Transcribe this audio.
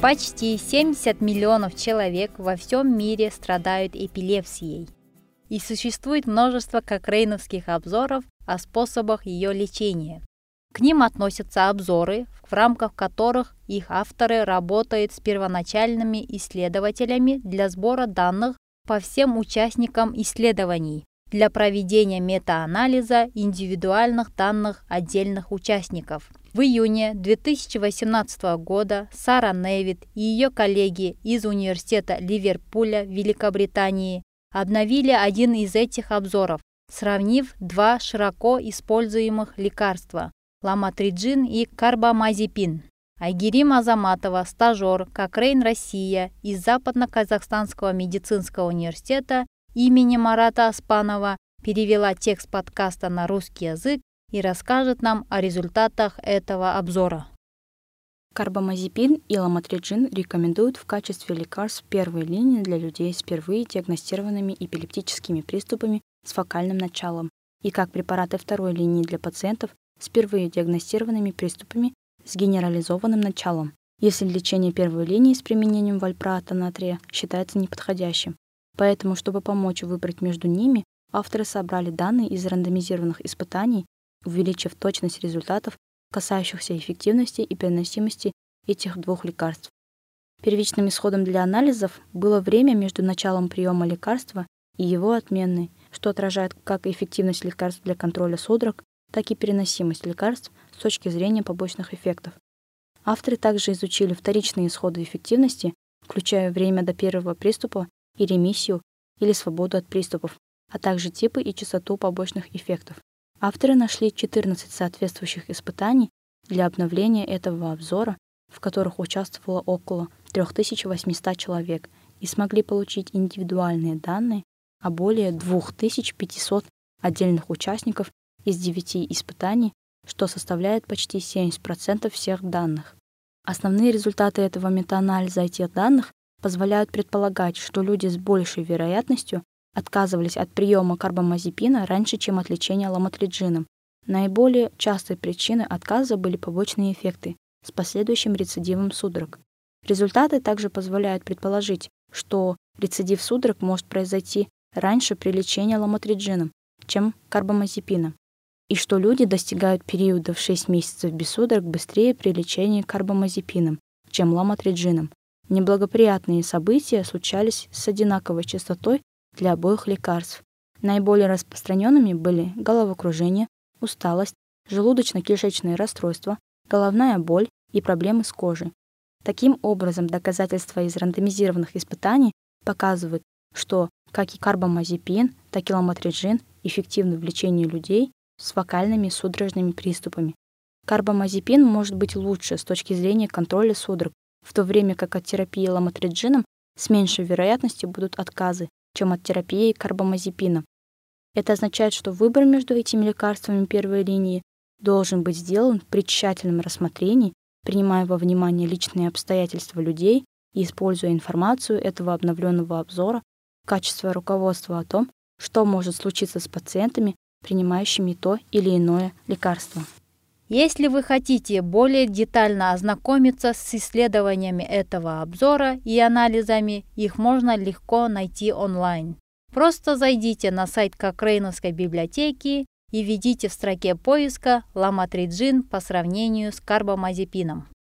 Почти 70 миллионов человек во всем мире страдают эпилепсией. И существует множество кокрейновских обзоров о способах ее лечения. К ним относятся обзоры, в рамках которых их авторы работают с первоначальными исследователями для сбора данных по всем участникам исследований, для проведения метаанализа индивидуальных данных отдельных участников. В июне 2018 года Сара Невит и ее коллеги из Университета Ливерпуля, Великобритании, обновили один из этих обзоров, сравнив два широко используемых лекарства – ламотриджин и карбамазепин. Айгерим Азаматова, стажер Кокрейн Россия из Западно-Казахстанского медицинского университета имени Марата Аспанова, перевела текст подкаста на русский язык и расскажет нам о результатах этого обзора. Карбамазепин и ламотриджин рекомендуют в качестве лекарств первой линии для людей с впервые диагностированными эпилептическими приступами с фокальным началом и как препараты второй линии для пациентов с впервые диагностированными приступами с генерализованным началом, если лечение первой линии с применением вальпроата натрия считается неподходящим. Поэтому, чтобы помочь выбрать между ними, авторы собрали данные из рандомизированных испытаний, увеличив точность результатов, касающихся эффективности и переносимости этих двух лекарств. Первичным исходом для анализов было время между началом приема лекарства и его отменой, что отражает как эффективность лекарств для контроля судорог, так и переносимость лекарств с точки зрения побочных эффектов. Авторы также изучили вторичные исходы эффективности, включая время до первого приступа и ремиссию или свободу от приступов, а также типы и частоту побочных эффектов. Авторы нашли 14 соответствующих испытаний для обновления этого обзора, в которых участвовало около 3800 человек, и смогли получить индивидуальные данные о более 2500 отдельных участников из 9 испытаний, что составляет почти 70% всех данных. Основные результаты этого метаанализа этих данных позволяют предполагать, что люди с большей вероятностью отказывались от приема карбамазепина раньше, чем от лечения ламотриджином. Наиболее частой причиной отказа были побочные эффекты с последующим рецидивом судорог. Результаты также позволяют предположить, что рецидив судорог может произойти раньше при лечении ламотриджином, чем карбамазепином, и что люди достигают периода в 6 месяцев без судорог быстрее при лечении карбамазепином, чем ламотриджином. Неблагоприятные события случались с одинаковой частотой для обоих лекарств. Наиболее распространенными были головокружение, усталость, желудочно-кишечные расстройства, головная боль и проблемы с кожей. Таким образом, доказательства из рандомизированных испытаний показывают, что как и карбамазепин, так и ламотриджин эффективны в лечении людей с фокальными судорожными приступами. Карбамазепин может быть лучше с точки зрения контроля судорог, в то время как от терапии ламотриджином с меньшей вероятностью будут отказы, чем от терапии карбамазепином. Это означает, что выбор между этими лекарствами первой линии должен быть сделан при тщательном рассмотрении, принимая во внимание личные обстоятельства людей и используя информацию этого обновленного обзора в качестве руководства о том, что может случиться с пациентами, принимающими то или иное лекарство. Если вы хотите более детально ознакомиться с исследованиями этого обзора и анализами, их можно легко найти онлайн. Просто зайдите на сайт Кокрейновской библиотеки и введите в строке поиска ламотриджин по сравнению с карбамазепином.